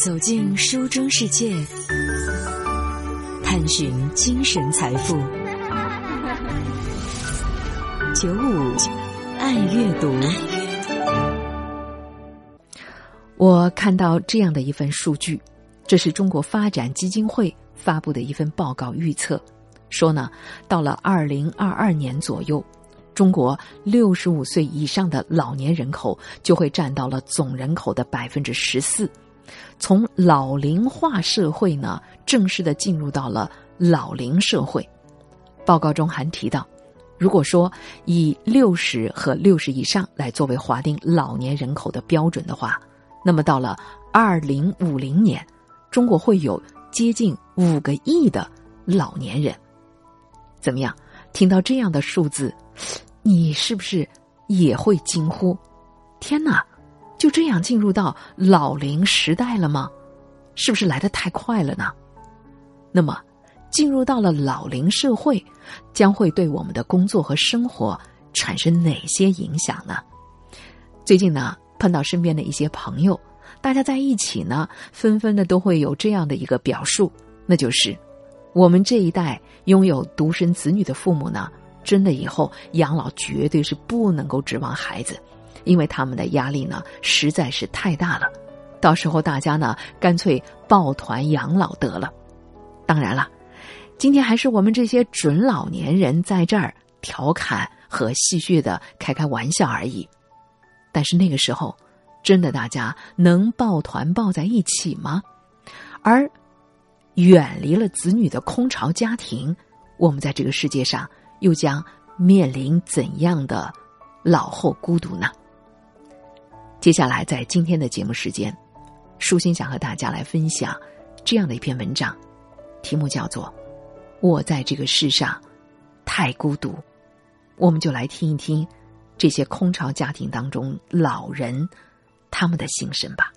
走进书中世界，探寻精神财富。95爱阅读。我看到这样的一份数据，这是中国发展基金会发布的一份报告预测，说呢，到了2022年左右，中国65岁以上的老年人口就会占到了总人口的14%。从老龄化社会呢，正式的进入到了老龄社会。报告中还提到，如果说以60和60以上来作为划定老年人口的标准的话，那么到了2050年，中国会有接近5个亿的老年人。怎么样？听到这样的数字，你是不是也会惊呼：天哪！就这样进入到老龄时代了吗？是不是来得太快了呢？那么，进入到了老龄社会，将会对我们的工作和生活产生哪些影响呢？最近呢，碰到身边的一些朋友，大家在一起呢，纷纷的都会有这样的一个表述，那就是我们这一代拥有独生子女的父母呢，真的以后养老绝对是不能够指望孩子，因为他们的压力呢实在是太大了，到时候大家呢干脆抱团养老得了。当然了，今天还是我们这些准老年人在这儿调侃和戏谑的开开玩笑而已，但是那个时候真的大家能抱团抱在一起吗？而远离了子女的空巢家庭，我们在这个世界上又将面临怎样的老后孤独呢？接下来在今天的节目时间，舒心想和大家来分享这样的一篇文章，题目叫做我在这个世上太孤独。我们就来听一听这些空巢家庭当中老人他们的心声吧。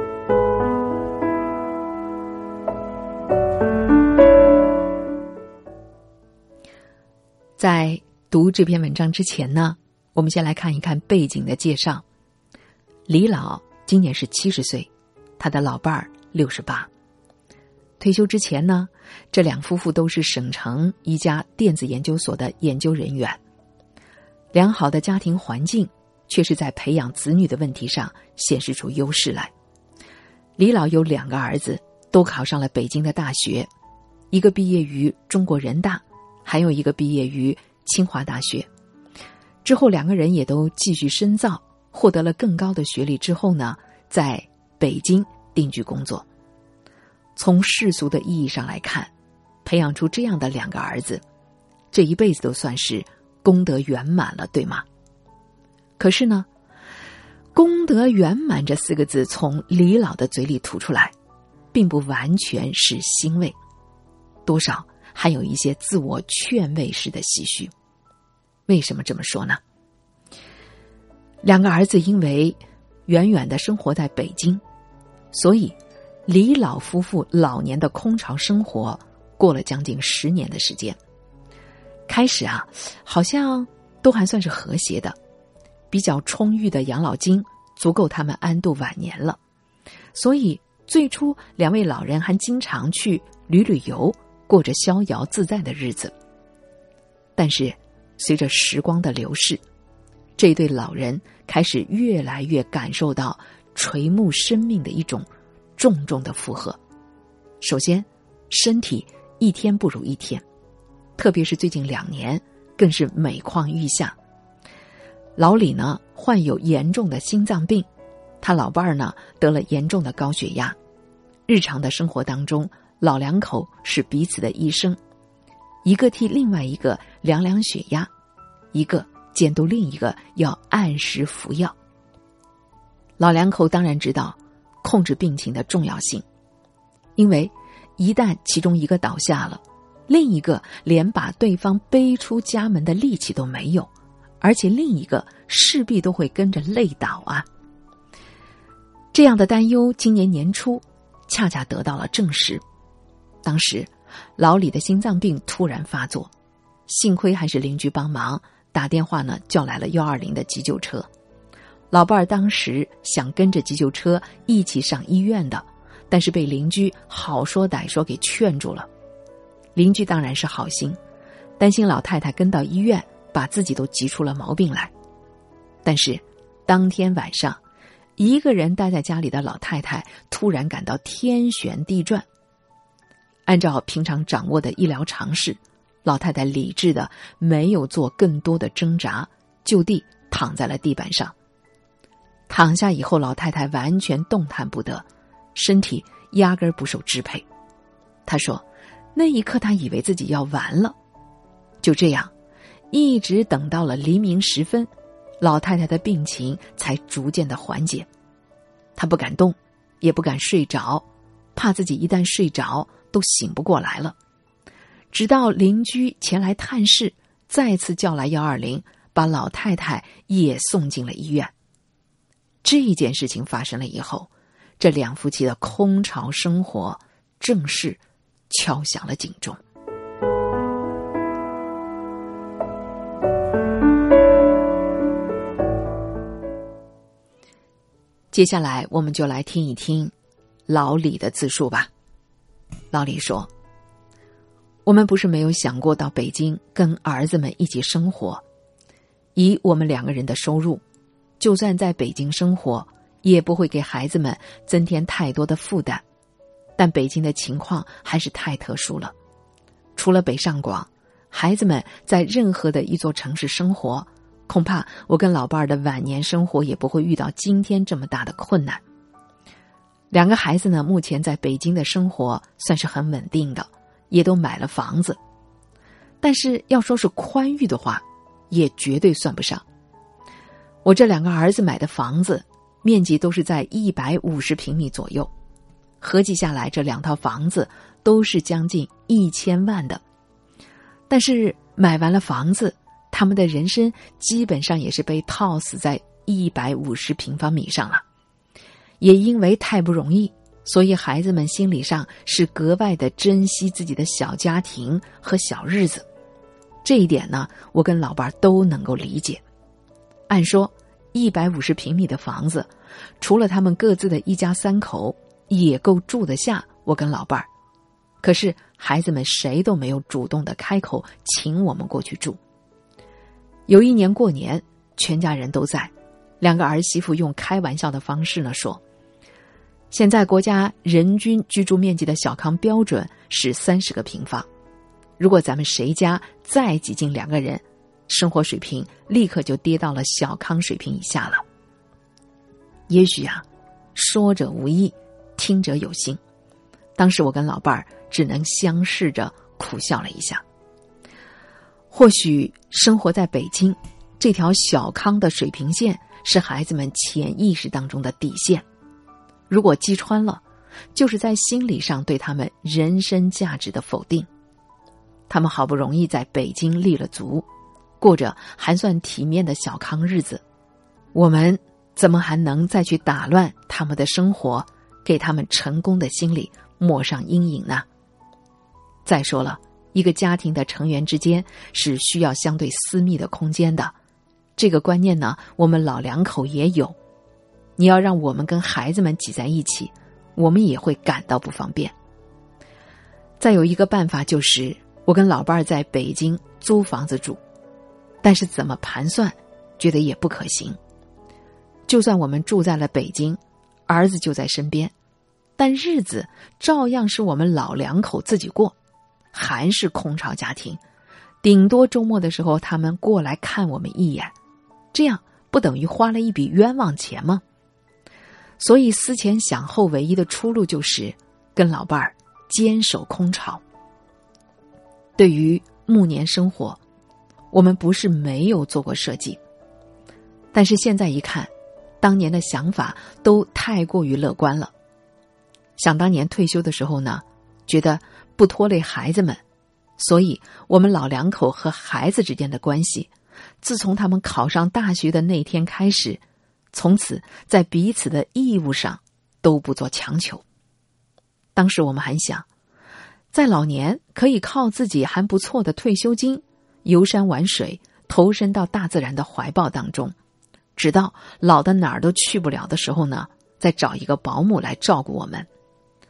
在读这篇文章之前呢，我们先来看一看背景的介绍。李老今年是70岁，他的老伴儿68。退休之前呢，这两夫妇都是省城一家电子研究所的研究人员。良好的家庭环境却是在培养子女的问题上显示出优势来。李老有2个儿子，都考上了北京的大学，一个毕业于中国人大，还有一个毕业于清华大学。之后2个人也都继续深造，获得了更高的学历之后呢，在北京定居工作。从世俗的意义上来看，培养出这样的2个儿子，这一辈子都算是功德圆满了，对吗？可是呢，功德圆满这4个字从李老的嘴里吐出来，并不完全是欣慰，多少还有一些自我劝慰式的唏嘘。为什么这么说呢？2个儿子因为远远地生活在北京，所以李老夫妇老年的空巢生活过了将近10年的时间。开始啊，好像都还算是和谐的，比较充裕的养老金足够他们安度晚年了。所以最初2位老人还经常去旅游，过着逍遥自在的日子。但是随着时光的流逝，这对老人开始越来越感受到垂暮生命的一种重重的负荷。首先，身体一天不如一天，特别是最近2年更是每况愈下。老李呢患有严重的心脏病，他老伴儿呢得了严重的高血压。日常的生活当中，老2口是彼此的医生，一个替另外一个量量血压，一个监督另一个要按时服药。老2口当然知道控制病情的重要性，因为一旦其中一个倒下了，另一个连把对方背出家门的力气都没有，而且另一个势必都会跟着累倒啊。这样的担忧今年年初恰恰得到了证实。当时老李的心脏病突然发作，幸亏还是邻居帮忙，打电话呢叫来了120的急救车。老伴儿当时想跟着急救车一起上医院的， 但是被邻居好说歹说给劝住了。邻居当然是好心，担心老太太跟到医院把自己都急出了毛病来。但是当天晚上，一个人待在家里的老太太突然感到天旋地转。按照平常掌握的医疗常识，老太太理智的没有做更多的挣扎，就地躺在了地板上。躺下以后，老太太完全动弹不得，身体压根儿不受支配。她说那一刻她以为自己要完了。就这样一直等到了黎明时分，老太太的病情才逐渐的缓解。她不敢动，也不敢睡着，怕自己一旦睡着都醒不过来了。直到邻居前来探视，再次叫来120，把老太太也送进了医院。这件事情发生了以后，这两夫妻的空巢生活正式敲响了警钟。接下来我们就来听一听老李的自述吧。老李说，我们不是没有想过到北京跟儿子们一起生活，以我们2个人的收入，就算在北京生活也不会给孩子们增添太多的负担。但北京的情况还是太特殊了，除了北上广，孩子们在任何的一座城市生活，恐怕我跟老伴儿的晚年生活也不会遇到今天这么大的困难。2个孩子呢，目前在北京的生活算是很稳定的，也都买了房子。但是要说是宽裕的话，也绝对算不上。我这2个儿子买的房子面积都是在150平米左右，合计下来这2套房子都是将近1000万的。但是买完了房子，他们的人生基本上也是被套死在150平方米上了。也因为太不容易，所以孩子们心理上是格外的珍惜自己的小家庭和小日子。这一点呢，我跟老伴都能够理解。按说150平米的房子，除了他们各自的一家3口，也够住得下我跟老伴儿。可是孩子们谁都没有主动的开口请我们过去住。有一年过年，全家人都在，2个儿媳妇用开玩笑的方式呢说，现在国家人均居住面积的小康标准是30个平方，如果咱们谁家再挤进2个人，生活水平立刻就跌到了小康水平以下了。也许啊，说者无意，听者有心。当时我跟老伴儿只能相视着苦笑了一下。或许生活在北京，这条小康的水平线是孩子们潜意识当中的底线，如果击穿了，就是在心理上对他们人生价值的否定。他们好不容易在北京立了足，过着还算体面的小康日子，我们怎么还能再去打乱他们的生活，给他们成功的心理抹上阴影呢？再说了，一个家庭的成员之间是需要相对私密的空间的，这个观念呢，我们老2口也有。你要让我们跟孩子们挤在一起，我们也会感到不方便。再有一个办法就是，我跟老伴儿在北京租房子住，但是怎么盘算，觉得也不可行。就算我们住在了北京，儿子就在身边，但日子照样是我们老2口自己过，还是空巢家庭，顶多周末的时候他们过来看我们一眼，这样不等于花了一笔冤枉钱吗？所以思前想后，唯一的出路就是跟老伴儿坚守空巢。对于暮年生活，我们不是没有做过设计，但是现在一看，当年的想法都太过于乐观了。想当年退休的时候呢，觉得不拖累孩子们，所以我们老2口和孩子之间的关系，自从他们考上大学的那天开始，从此在彼此的义务上都不做强求。当时我们还想，在老年可以靠自己还不错的退休金，游山玩水，投身到大自然的怀抱当中，直到老的哪儿都去不了的时候呢，再找一个保姆来照顾我们。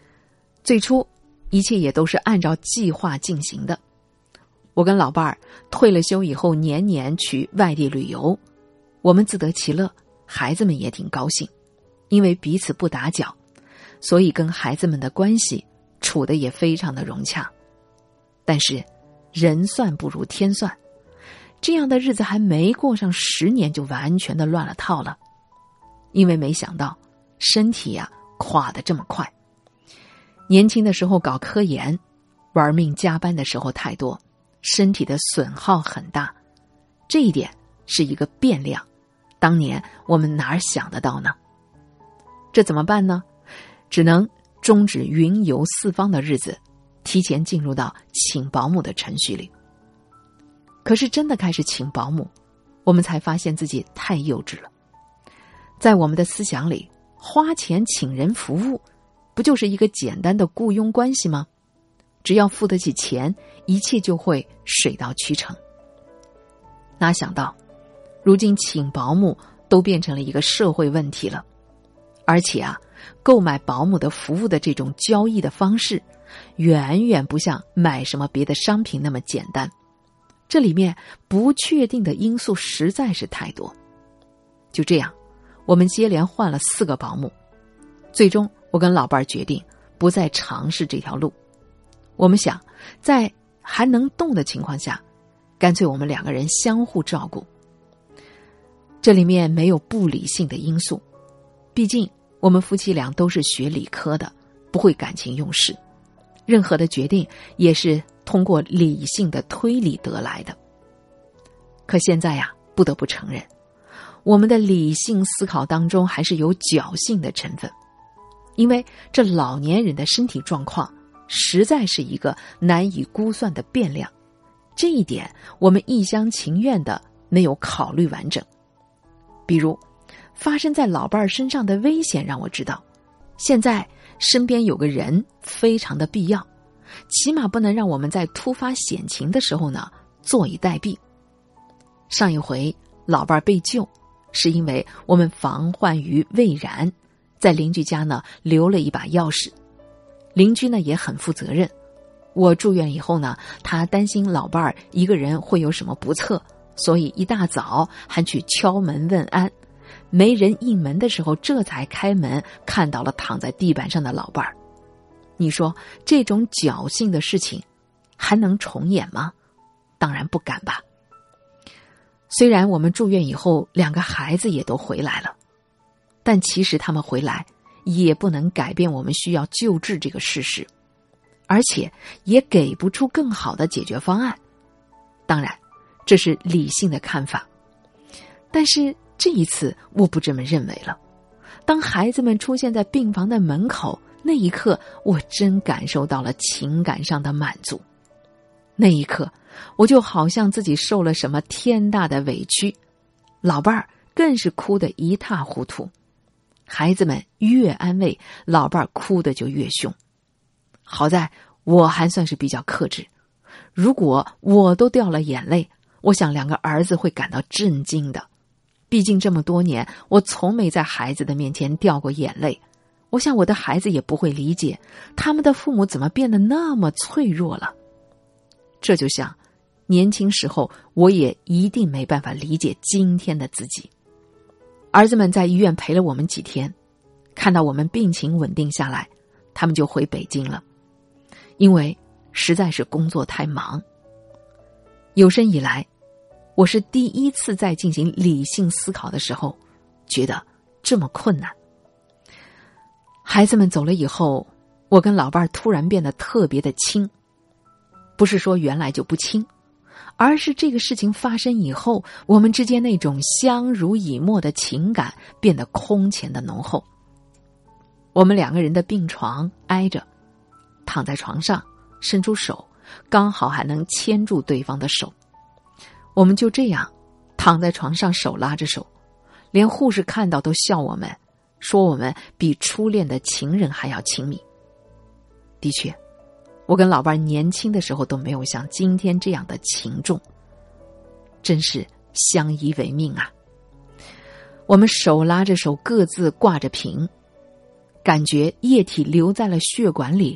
最初一切也都是按照计划进行的。我跟老伴儿退了休以后，年年去外地旅游，我们自得其乐，孩子们也挺高兴，因为彼此不打搅，所以跟孩子们的关系处得也非常的融洽。但是人算不如天算，这样的日子还没过上10年就完全的乱了套了。因为没想到身体呀垮得这么快，年轻的时候搞科研，玩命加班的时候太多，身体的损耗很大，这一点是一个变量，当年我们哪儿想得到呢？这怎么办呢？只能终止云游四方的日子，提前进入到请保姆的程序里。可是真的开始请保姆，我们才发现自己太幼稚了。在我们的思想里，花钱请人服务不就是一个简单的雇佣关系吗？只要付得起钱，一切就会水到渠成。哪想到如今请保姆都变成了一个社会问题了，而且购买保姆的服务的这种交易的方式远远不像买什么别的商品那么简单，这里面不确定的因素实在是太多。就这样，我们接连换了4个保姆，最终我跟老伴儿决定不再尝试这条路。我们想在还能动的情况下，干脆我们2个人相互照顾。这里面没有不理性的因素，毕竟我们夫妻俩都是学理科的，不会感情用事，任何的决定也是通过理性的推理得来的。可现在不得不承认，我们的理性思考当中还是有侥幸的成分，因为这老年人的身体状况实在是一个难以估算的变量，这一点我们一厢情愿的没有考虑完整。比如发生在老伴儿身上的危险让我知道，现在身边有个人非常的必要，起码不能让我们在突发险情的时候呢坐以待毙。上一回老伴儿被救，是因为我们防患于未然，在邻居家呢留了一把钥匙。邻居呢也很负责任，我住院以后呢，他担心老伴儿一个人会有什么不测，所以一大早还去敲门问安，没人应门的时候这才开门，看到了躺在地板上的老伴儿。你说这种侥幸的事情还能重演吗？当然不敢吧。虽然我们住院以后2个孩子也都回来了，但其实他们回来也不能改变我们需要救治这个事实，而且也给不出更好的解决方案。当然这是理性的看法，但是这一次我不这么认为了。当孩子们出现在病房的门口，那一刻我真感受到了情感上的满足。那一刻我就好像自己受了什么天大的委屈，老伴儿更是哭得一塌糊涂，孩子们越安慰，老伴儿哭得就越凶。好在我还算是比较克制，如果我都掉了眼泪，我想2个儿子会感到震惊的。毕竟这么多年，我从没在孩子的面前掉过眼泪，我想我的孩子也不会理解，他们的父母怎么变得那么脆弱了。这就像年轻时候我也一定没办法理解今天的自己。儿子们在医院陪了我们几天，看到我们病情稳定下来，他们就回北京了，因为实在是工作太忙。有生以来，我是第一次在进行理性思考的时候觉得这么困难。孩子们走了以后，我跟老伴儿突然变得特别的亲，不是说原来就不亲，而是这个事情发生以后，我们之间那种相濡以沫的情感变得空前的浓厚。我们2个人的病床挨着，躺在床上，伸出手，刚好还能牵住对方的手。我们就这样躺在床上，手拉着手，连护士看到都笑我们，说我们比初恋的情人还要亲密。的确，我跟老伴年轻的时候都没有像今天这样的情重，真是相依为命啊。我们手拉着手，各自挂着瓶，感觉液体流在了血管里，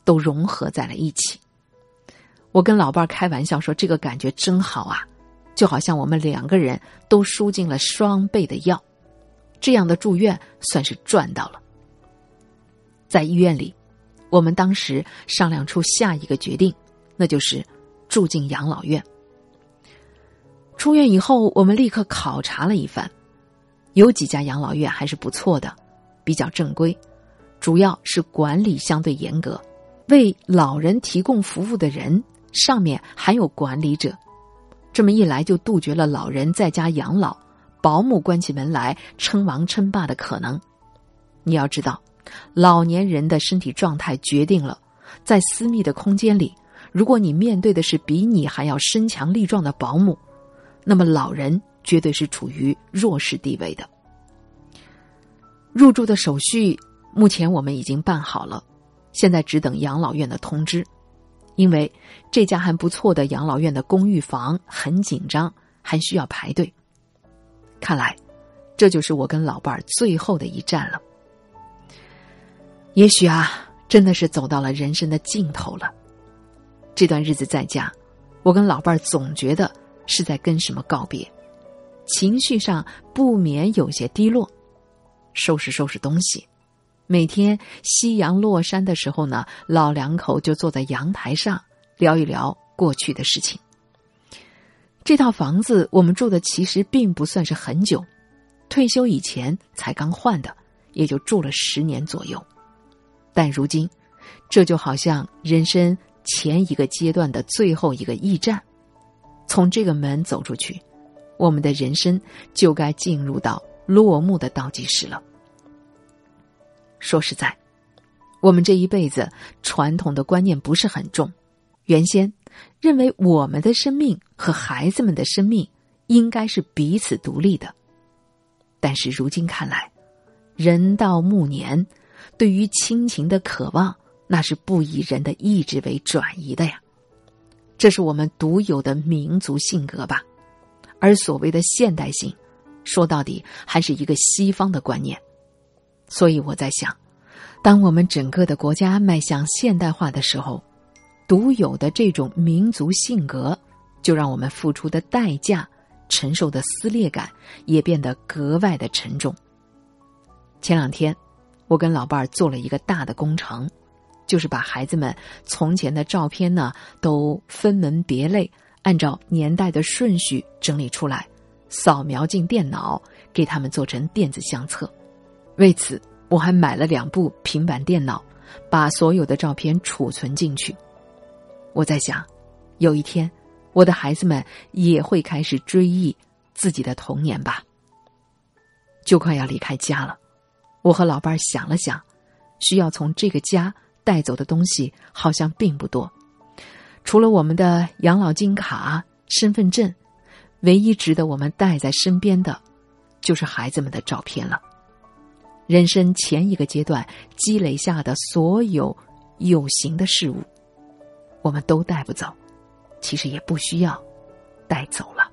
都融合在了一起。我跟老伴儿开玩笑说，这个感觉真好啊，就好像我们2个人都输进了双倍的药，这样的住院算是赚到了。在医院里，我们当时商量出下一个决定，那就是住进养老院。出院以后，我们立刻考察了一番，有几家养老院还是不错的，比较正规，主要是管理相对严格，为老人提供服务的人上面还有管理者，这么一来就杜绝了老人在家养老，保姆关起门来称王称霸的可能。你要知道，老年人的身体状态决定了，在私密的空间里，如果你面对的是比你还要身强力壮的保姆，那么老人绝对是处于弱势地位的。入住的手续目前我们已经办好了，现在只等养老院的通知。因为这家还不错的养老院的公寓房很紧张，还需要排队。看来这就是我跟老伴儿最后的一站了。也许啊，真的是走到了人生的尽头了。这段日子在家，我跟老伴儿总觉得是在跟什么告别，情绪上不免有些低落。收拾收拾东西，每天夕阳落山的时候呢，老两口就坐在阳台上聊一聊过去的事情。这套房子我们住的其实并不算是很久，退休以前才刚换的，也就住了10年左右。但如今，这就好像人生前一个阶段的最后一个驿站，从这个门走出去，我们的人生就该进入到落幕的倒计时了。说实在，我们这一辈子传统的观念不是很重，原先认为我们的生命和孩子们的生命应该是彼此独立的。但是如今看来，人到暮年，对于亲情的渴望，那是不以人的意志为转移的呀。这是我们独有的民族性格吧。而所谓的现代性，说到底还是一个西方的观念。所以我在想，当我们整个的国家迈向现代化的时候，独有的这种民族性格，就让我们付出的代价，承受的撕裂感也变得格外的沉重。前2天，我跟老伴儿做了一个大的工程，就是把孩子们从前的照片呢，都分门别类，按照年代的顺序整理出来，扫描进电脑，给他们做成电子相册。为此，我还买了2部平板电脑，把所有的照片储存进去。我在想，有一天，我的孩子们也会开始追忆自己的童年吧。就快要离开家了，我和老伴儿想了想，需要从这个家带走的东西好像并不多，除了我们的养老金卡、身份证，唯一值得我们带在身边的，就是孩子们的照片了。人生前一个阶段积累下的所有有形的事物，我们都带不走，其实也不需要带走了。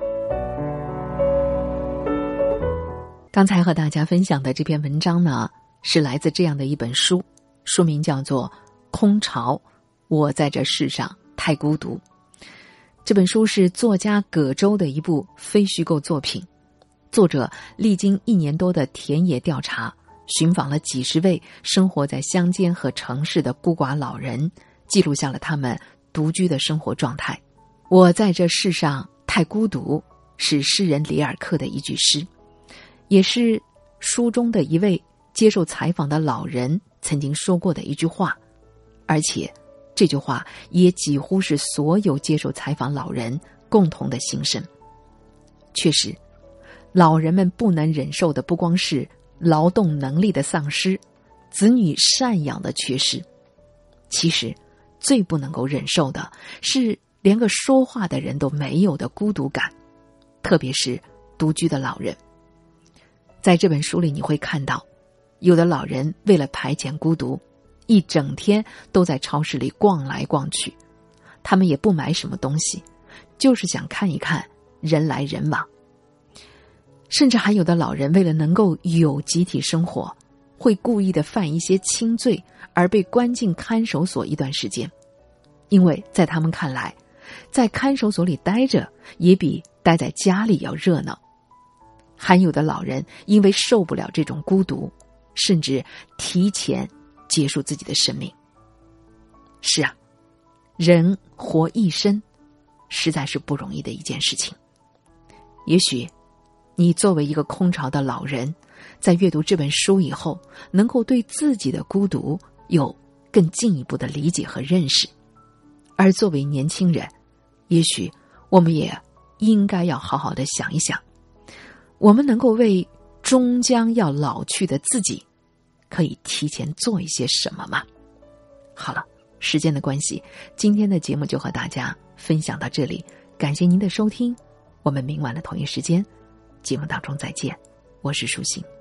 刚才和大家分享的这篇文章呢，是来自这样的一本书，书名叫做《空巢》，我在这世上太孤独。这本书是作家葛洲的一部非虚构作品，作者历经1年多的田野调查，寻访了几十位生活在乡间和城市的孤寡老人，记录下了他们独居的生活状态。我在这世上太孤独，是诗人里尔克的一句诗，也是书中的一位接受采访的老人曾经说过的一句话，而且这句话也几乎是所有接受采访老人共同的心声。确实，老人们不能忍受的不光是劳动能力的丧失，子女赡养的缺失，其实最不能够忍受的是连个说话的人都没有的孤独感，特别是独居的老人。在这本书里你会看到，有的老人为了排遣孤独，一整天都在超市里逛来逛去，他们也不买什么东西，就是想看一看人来人往。甚至还有的老人为了能够有集体生活， 会故意的犯一些轻罪而被关进看守所一段时间，因为在他们看来，在看守所里待着也比待在家里要热闹。还有的老人因为受不了这种孤独，甚至提前结束自己的生命。是啊，人活一生实在是不容易的一件事情。也许你作为一个空巢的老人，在阅读这本书以后，能够对自己的孤独有更进一步的理解和认识。而作为年轻人，也许我们也应该要好好的想一想，我们能够为终将要老去的自己，可以提前做一些什么吗？好了，时间的关系，今天的节目就和大家分享到这里，感谢您的收听，我们明晚的同一时间节目当中再见，我是舒心。